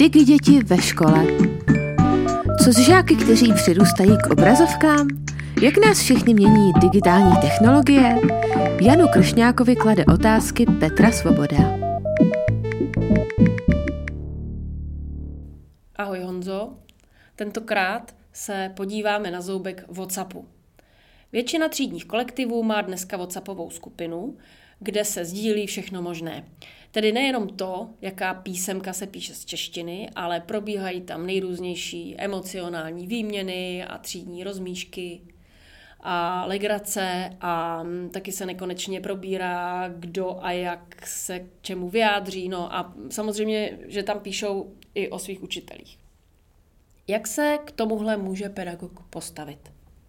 Digi-děti ve škole. Co s žáky, kteří přirůstají k obrazovkám? Jak nás všichni mění digitální technologie? Janu Kršňákovi klade otázky Petra Svoboda. Ahoj Honzo, tentokrát se podíváme na zoubek WhatsAppu. Většina třídních kolektivů má dneska WhatsAppovou skupinu, kde se sdílí všechno možné. Tedy nejenom to, jaká písemka se píše z češtiny, ale probíhají tam nejrůznější emocionální výměny a třídní rozmíšky a legrace a taky se nekonečně probírá, kdo a jak se k čemu vyjádří. No a samozřejmě, že tam píšou i o svých učitelích. Jak se k tomuhle může pedagog postavit?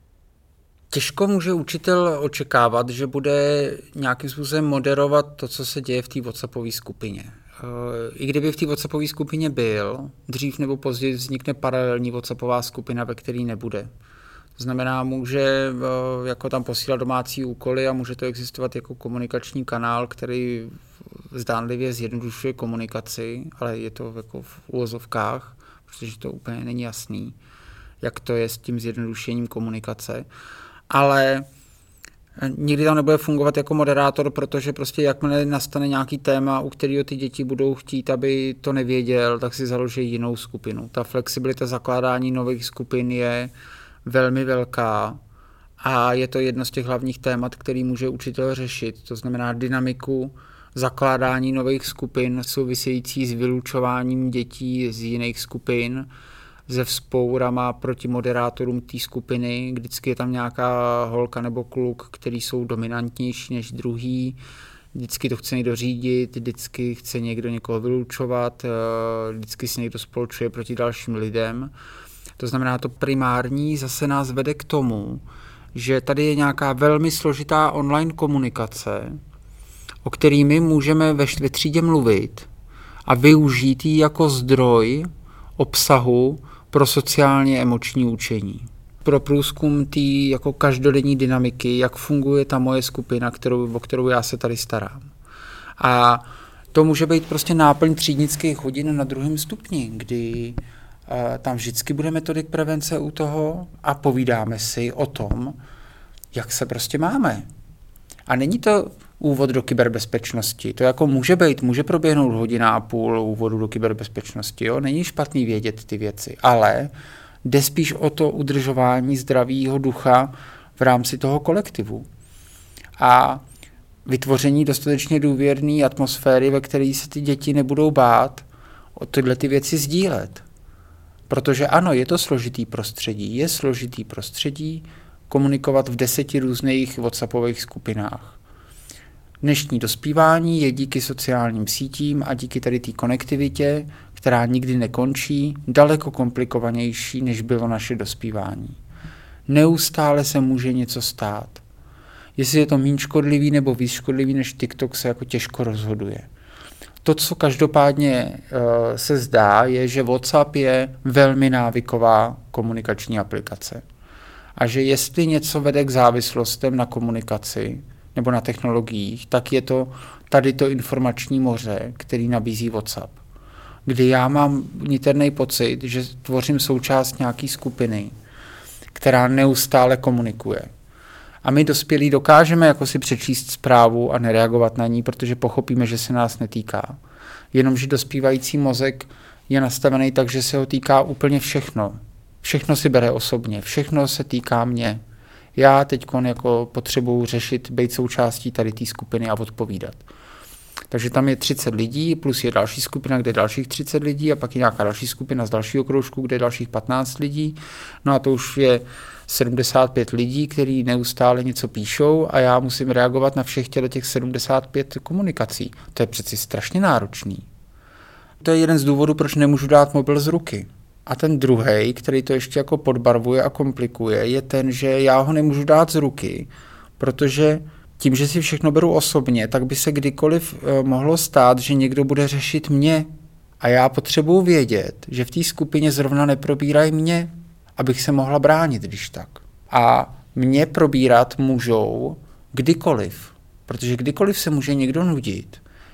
Těžko může učitel očekávat, že bude nějakým způsobem moderovat to, co se děje v té WhatsAppové skupině. I kdyby v té WhatsAppové skupině byl, dřív nebo později vznikne paralelní WhatsAppová skupina, ve které nebude. To znamená, může jako tam posílat domácí úkoly a může to existovat jako komunikační kanál, který zdánlivě zjednodušuje komunikaci, ale je to jako v uvozovkách, protože to úplně není jasný, jak to je s tím zjednodušením komunikace. Ale nikdy tam nebude fungovat jako moderátor, protože prostě jakmile nastane nějaký téma, u kterého ty děti budou chtít, aby to nevěděl, tak si založí jinou skupinu. Ta flexibilita zakládání nových skupin je velmi velká a je to jedno z těch hlavních témat, který může učitel řešit. To znamená dynamiku zakládání nových skupin související s vylučováním dětí z jiných skupin, se vzpourama proti moderátorům té skupiny. Vždycky je tam nějaká holka nebo kluk, který jsou dominantnější než druhý. Vždycky to chce někdo řídit, vždycky chce někdo někoho vylučovat, vždycky si někdo spolčuje proti dalším lidem. To znamená, to primární zase nás vede k tomu, že tady je nějaká velmi složitá online komunikace, o který my můžeme ve třídě mluvit a využít ji jako zdroj obsahu pro sociálně emoční učení. Pro průzkum té jako každodenní dynamiky, jak funguje ta moje skupina, o kterou já se tady starám. A to může být prostě náplň třídnických hodin na 2. stupni, kdy tam vždycky bude metodik prevence u toho a povídáme si o tom, jak se prostě máme. A není to úvod do kyberbezpečnosti. To jako může proběhnout 1,5 hodiny úvodu do kyberbezpečnosti. Jo? Není špatný vědět ty věci, ale jde spíš o to udržování zdravého ducha v rámci toho kolektivu. A vytvoření dostatečně důvěrné atmosféry, ve které se ty děti nebudou bát o tyhle ty věci sdílet. Protože ano, je to složitý prostředí komunikovat v 10 různých WhatsAppových skupinách. Dnešní dospívání je díky sociálním sítím a díky tady té konektivitě, která nikdy nekončí, daleko komplikovanější, než bylo naše dospívání. Neustále se může něco stát. Jestli je to méně škodlivý nebo víc škodlivý než TikTok, se jako těžko rozhoduje. To, co každopádně se zdá, je, že WhatsApp je velmi návyková komunikační aplikace. A že jestli něco vede k závislostem na komunikaci nebo na technologiích, tak je to tady to informační moře, který nabízí WhatsApp. Kdy já mám niterný pocit, že tvořím součást nějaký skupiny, která neustále komunikuje. A my dospělí dokážeme jako si přečíst zprávu a nereagovat na ní, protože pochopíme, že se nás netýká. Jenomže dospívající mozek je nastavený tak, že se ho týká úplně všechno. Všechno si bere osobně, všechno se týká mě. Já teď jako potřebuji řešit, být součástí tady té skupiny a odpovídat. Takže tam je 30 lidí, plus je další skupina, kde je dalších 30 lidí a pak je nějaká další skupina z dalšího kroužku, kde je dalších 15 lidí. No a to už je 75 lidí, kteří neustále něco píšou a já musím reagovat na všech těch 75 komunikací. To je přeci strašně náročný. To je jeden z důvodů, proč nemůžu dát mobil z ruky. A ten druhej, který to ještě jako podbarvuje a komplikuje, je ten, že já ho nemůžu dát z ruky, protože tím, že si všechno beru osobně, tak by se kdykoliv mohlo stát, že někdo bude řešit mě. A já potřebuji vědět, že v té skupině zrovna neprobírají mě, abych se mohla bránit, když tak. A mě probírat můžou kdykoliv, protože kdykoliv se může někdo nudit.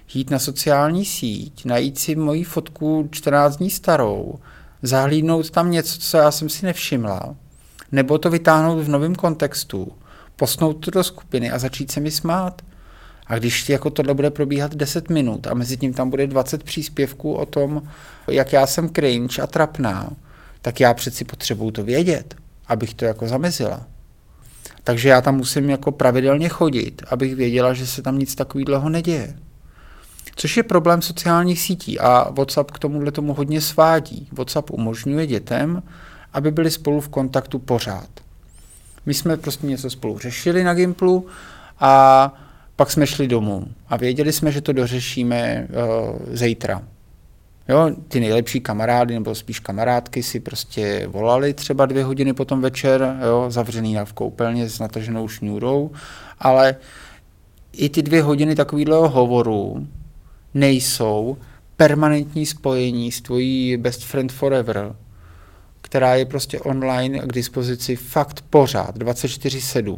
jít na sociální síť, najít si moji fotku 14 dní starou, zahlídnout tam něco, co já jsem si nevšimla, nebo to vytáhnout v novém kontextu, postnout to do skupiny a začít se mi smát. A když jako tohle bude probíhat 10 minut a mezi tím tam bude 20 příspěvků o tom, jak já jsem cringe a trapná, tak já přeci potřebuju to vědět, abych to jako zamezila. Takže já tam musím jako pravidelně chodit, abych věděla, že se tam nic takového neděje. Což je problém sociálních sítí a WhatsApp k tomuhle tomu hodně svádí. WhatsApp umožňuje dětem, aby byli spolu v kontaktu pořád. My jsme prostě něco spolu řešili na Gimplu a pak jsme šli domů a věděli jsme, že to dořešíme zítra. Jo, ty nejlepší kamarády nebo spíš kamarádky si prostě volali třeba 2 hodiny potom večer, jo, zavřený v koupelně s nataženou šňůrou, ale i ty 2 hodiny takového hovoru nejsou permanentní spojení s tvojí best friend forever, která je prostě online a k dispozici fakt pořád, 24/7.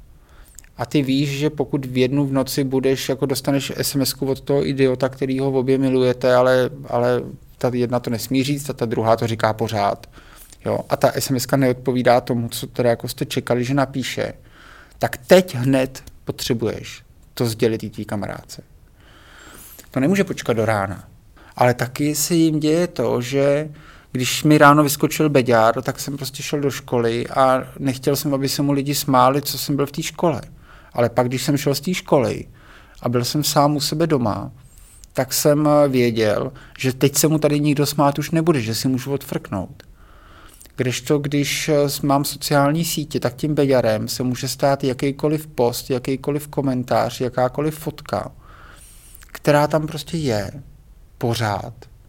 A ty víš, že pokud v 1 v noci budeš, jako dostaneš SMS-ku od toho idiota, kterýho obě milujete, ale ta jedna to nesmí říct a ta druhá to říká pořád. Jo? A ta SMS-ka neodpovídá tomu, co teda jako jste čekali, že napíše. Tak teď hned potřebuješ to sdělit i tvý kamarádce. To nemůže počkat do rána. Ale taky se jim děje to, že když mi ráno vyskočil beďár, tak jsem prostě šel do školy a nechtěl jsem, aby se mu lidi smáli, co jsem byl v té škole. Ale pak, když jsem šel z té školy a byl jsem sám u sebe doma, tak jsem věděl, že teď se mu tady nikdo smát už nebude, že si můžu odfrknout. Kdežto, když mám sociální sítě, tak tím beďarem se může stát jakýkoliv post, jakýkoliv komentář, jakákoliv fotka, která tam prostě je pořád.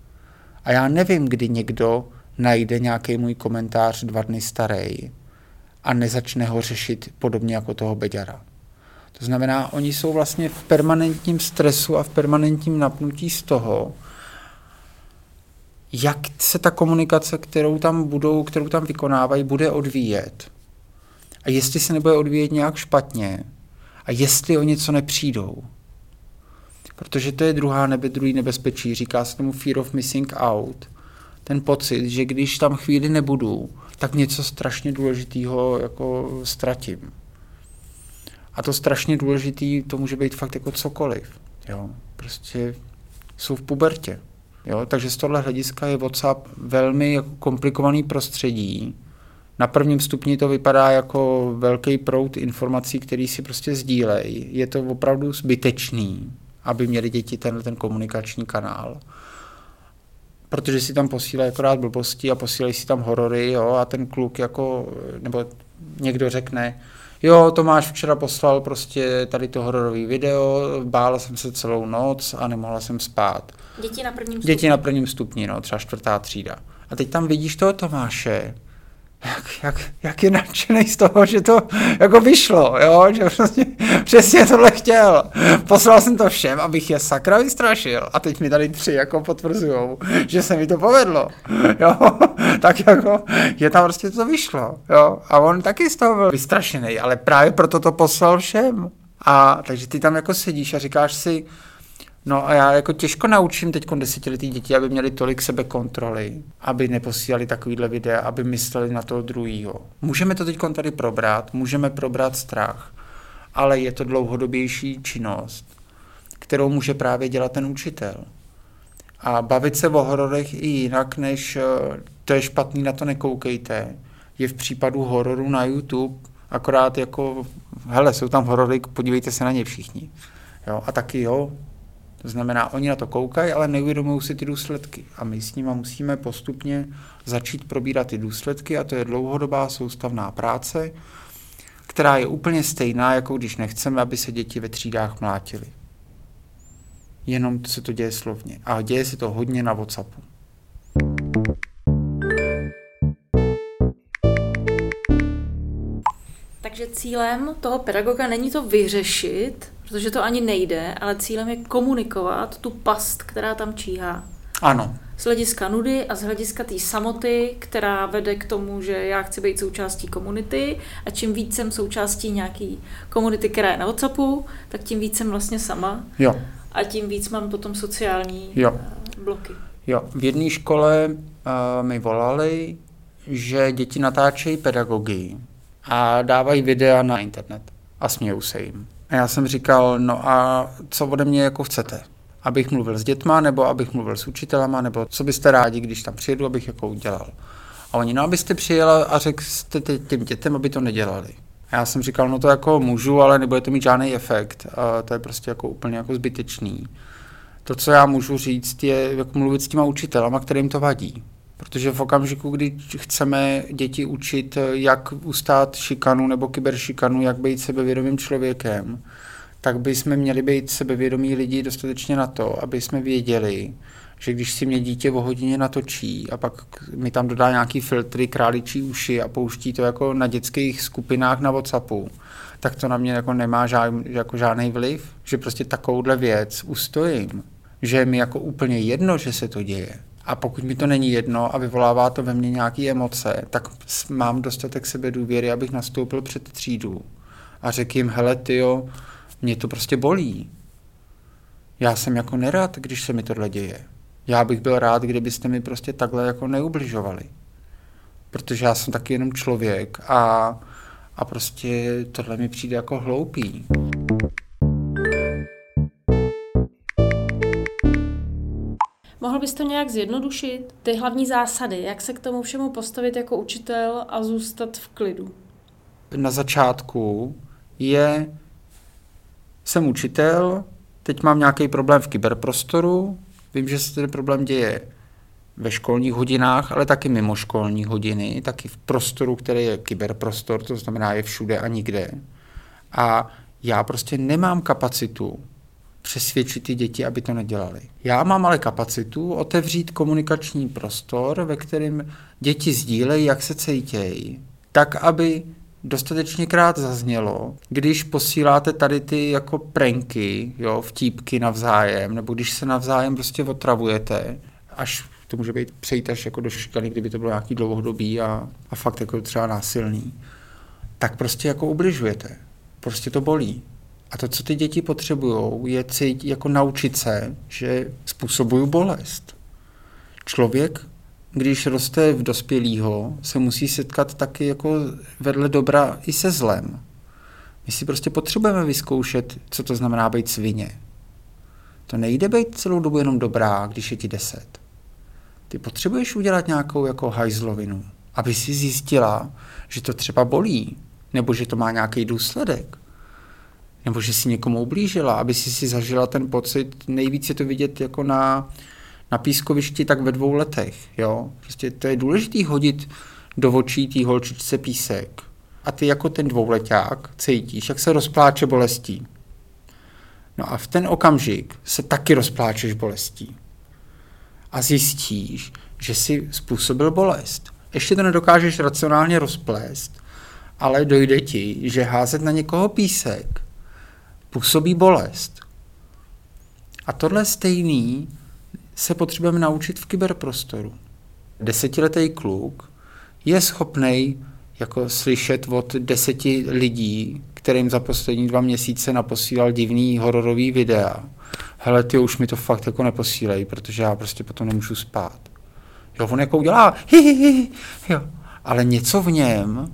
A já nevím, kdy někdo najde nějaký můj komentář 2 dny starý a nezačne ho řešit podobně jako toho beďara. To znamená, oni jsou vlastně v permanentním stresu a v permanentním napnutí z toho, jak se ta komunikace, kterou tam vykonávají, bude odvíjet. A jestli se nebude odvíjet nějak špatně a jestli o něco nepřijdou. Protože to je druhý nebezpečí, říká se tomu fear of missing out. Ten pocit, že když tam chvíli nebudu, tak něco strašně důležitého jako ztratím. A to strašně důležitý, to může být fakt jako cokoliv. Jo? Prostě jsou v pubertě. Jo? Takže z tohle hlediska je WhatsApp velmi jako komplikovaný prostředí. Na prvním stupni to vypadá jako velký proud informací, který si prostě sdílejí. Je to opravdu zbytečný, aby měli děti ten komunikační kanál. Protože si tam posílají akorát blbosti a posílají si tam horory, jo, a ten kluk jako, nebo někdo řekne, jo, Tomáš včera poslal prostě tady to hororový video, bála jsem se celou noc a nemohla jsem spát. Děti na prvním stupni, no, třeba 4. třída. A teď tam vidíš toho Tomáše, jak je nadšený z toho, že to jako vyšlo, jo, že prostě přesně tohle chtěl. Poslal jsem to všem, abych je sakra vystrašil a teď mi tady 3 jako potvrzujou, že se mi to povedlo, jo, tak jako je tam prostě to vyšlo, jo, a on taky z toho byl vystrašený, ale právě proto to poslal všem. A takže ty tam jako sedíš a říkáš si, no a já jako těžko naučím teď 10letý děti, aby měli tolik sebekontroly, aby neposílali takovýhle videa, aby mysleli na toho druhýho. Můžeme to teď tady probrat, můžeme probrat strach, ale je to dlouhodobější činnost, kterou může právě dělat ten učitel. A bavit se o hororech i jinak, než to je špatný, na to nekoukejte, je v případu hororu na YouTube, akorát jako, hele, jsou tam horory, podívejte se na ně všichni. Jo, a taky jo. To znamená, oni na to koukají, ale neuvědomují si ty důsledky. A my s nimi musíme postupně začít probírat ty důsledky a to je dlouhodobá soustavná práce, která je úplně stejná, jako když nechceme, aby se děti ve třídách mlátily. Jenom se to děje slovně. A děje se to hodně na WhatsAppu. Takže cílem toho pedagoga není to vyřešit, protože to ani nejde, ale cílem je komunikovat tu past, která tam číhá. Ano. Z hlediska nudy a z hlediska té samoty, která vede k tomu, že já chci být součástí komunity a čím víc jsem součástí nějaký komunity, která je na WhatsAppu, tak tím víc jsem vlastně sama. Jo. a tím víc mám potom sociální bloky. Jo, v jedné škole mi volali, že děti natáčejí pedagogii a dávají videa na internet a smějou se jim. A já jsem říkal, no a co ode mě jako chcete? Abych mluvil s dětma, nebo abych mluvil s učitelama, nebo co byste rádi, když tam přijedu, abych jako udělal. A oni, no abyste přijela a řekl jste těm dětem, aby to nedělali. A já jsem říkal, no to jako můžu, ale nebude to mít žádný efekt. A to je prostě jako úplně jako zbytečný. To, co já můžu říct, je jako mluvit s těma učitelama, kterým to vadí. Protože v okamžiku, kdy chceme děti učit, jak ustát šikanu nebo kyberšikanu, jak být sebevědomým člověkem, tak bychom měli být sebevědomí lidi dostatečně na to, aby jsme věděli, že když si mě dítě o hodině natočí a pak mi tam dodá nějaký filtry, králičí uši a pouští to jako na dětských skupinách na WhatsAppu, tak to na mě jako nemá žádný vliv, že prostě takovouhle věc ustojím, že je mi jako úplně jedno, že se to děje. A pokud mi to není jedno a vyvolává to ve mně nějaké emoce, tak mám dostatek sebedůvěry, abych nastoupil před třídu a řekl jim, hele tyjo, mě to prostě bolí. Já jsem jako nerad, když se mi tohle děje. Já bych byl rád, kdybyste mi prostě takhle jako neubližovali. Protože já jsem taky jenom člověk a prostě tohle mi přijde jako hloupý. Mohl bys to nějak zjednodušit? Ty hlavní zásady, jak se k tomu všemu postavit jako učitel a zůstat v klidu? Na začátku jsem učitel, teď mám nějaký problém v kyberprostoru, vím, že se ten problém děje ve školních hodinách, ale taky mimo školní hodiny, taky v prostoru, který je kyberprostor, to znamená je všude a nikde. A já prostě nemám kapacitu přesvědčit ty děti, aby to nedělali. Já mám ale kapacitu otevřít komunikační prostor, ve kterém děti sdílejí, jak se cítějí, tak, aby dostatečněkrát zaznělo, když posíláte tady ty jako pranky, jo, vtípky navzájem, nebo když se navzájem prostě otravujete, až to může být přejít až jako do šikany, kdyby to bylo nějaký dlouhodobý a fakt jako třeba násilný, tak prostě jako ubližujete. Prostě to bolí. A to, co ty děti potřebujou, je jako naučit se, že způsobují bolest. Člověk, když roste v dospělýho, se musí setkat taky jako vedle dobra i se zlem. My si prostě potřebujeme vyzkoušet, co to znamená být svině. To nejde být celou dobu jenom dobrá, když je ti 10. Ty potřebuješ udělat nějakou jako hajzlovinu, aby si zjistila, že to třeba bolí, nebo že to má nějaký důsledek, nebo že si někomu ublížila, aby si zažila ten pocit, nejvíc je to vidět jako na pískovišti tak ve 2 letech, jo. Prostě to je důležitý hodit do očí té holčičce písek. A ty jako ten 2leťák cítíš, jak se rozpláče bolestí. No a v ten okamžik se taky rozpláčeš bolestí. A zjistíš, že jsi způsobil bolest. Ještě to nedokážeš racionálně rozplést, ale dojde ti, že házet na někoho písek působí bolest. A tohle stejný se potřebujeme naučit v kyberprostoru. 10letý kluk je schopnej jako slyšet od 10 lidí, kterým za poslední 2 měsíce naposílal divný hororový videa. Hele, ty už mi to fakt jako neposílej, protože já prostě potom nemůžu spát. Jo, on jako udělá jo. Ale něco v něm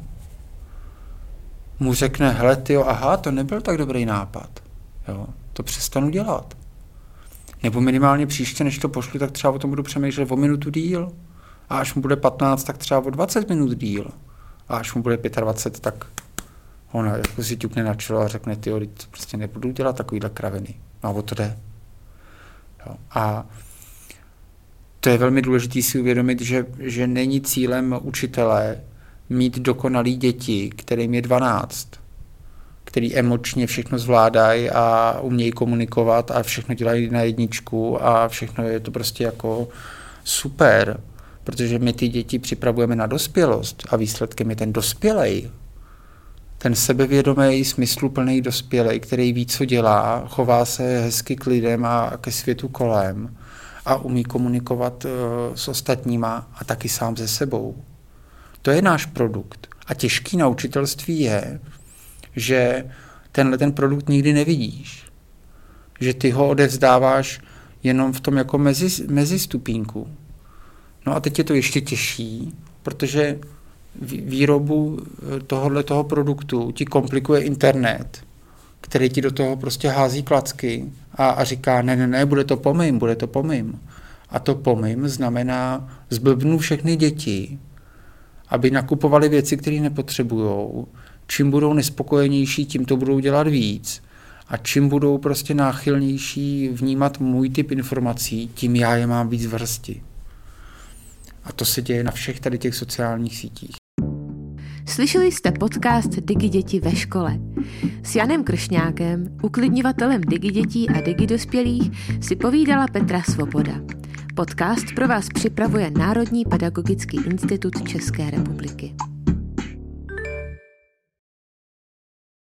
mu řekne, hele, tyjo, aha, to nebyl tak dobrý nápad. Jo, to přestanu dělat. Nebo minimálně příště, než to pošlu, tak třeba o tom budu přemýšlet o minutu díl. A až mu bude 15, tak třeba o 20 minut díl. A až mu bude 25, tak on jako si ťukne na čelo a řekne, tyjo, prostě nebudu dělat takovýhle kraviny. No a o to jde. Jo. A to je velmi důležité si uvědomit, že není cílem učitele mít dokonalý děti, kterým je 12, který emočně všechno zvládají a umějí komunikovat a všechno dělají na jedničku a všechno je to prostě jako super, protože my ty děti připravujeme na dospělost a výsledkem je ten dospělej, ten sebevědomý, smysluplný dospělej, který ví, co dělá, chová se hezky k lidem a ke světu kolem a umí komunikovat s ostatníma a taky sám se sebou. To je náš produkt. A těžký na učitelství je, že ten produkt nikdy nevidíš. že ty ho odevzdáváš jenom v tom jako mezistupínku. No a teď je to ještě těžší, protože výrobu tohoto produktu ti komplikuje internet, který ti do toho prostě hází klacky a říká, ne, bude to pomym. A to pomym znamená zblbnu všechny děti, aby nakupovali věci, které nepotřebujou. Čím budou nespokojenější, tím to budou dělat víc. A čím budou prostě náchylnější vnímat můj typ informací, tím já je mám víc v hrsti. A to se děje na všech tady těch sociálních sítích. Slyšeli jste podcast DigiDěti ve škole. S Janem Kršňákem, uklidňovatelem DigiDětí a DigiDospělých, si povídala Petra Svoboda. Podcast pro vás připravuje Národní pedagogický institut České republiky.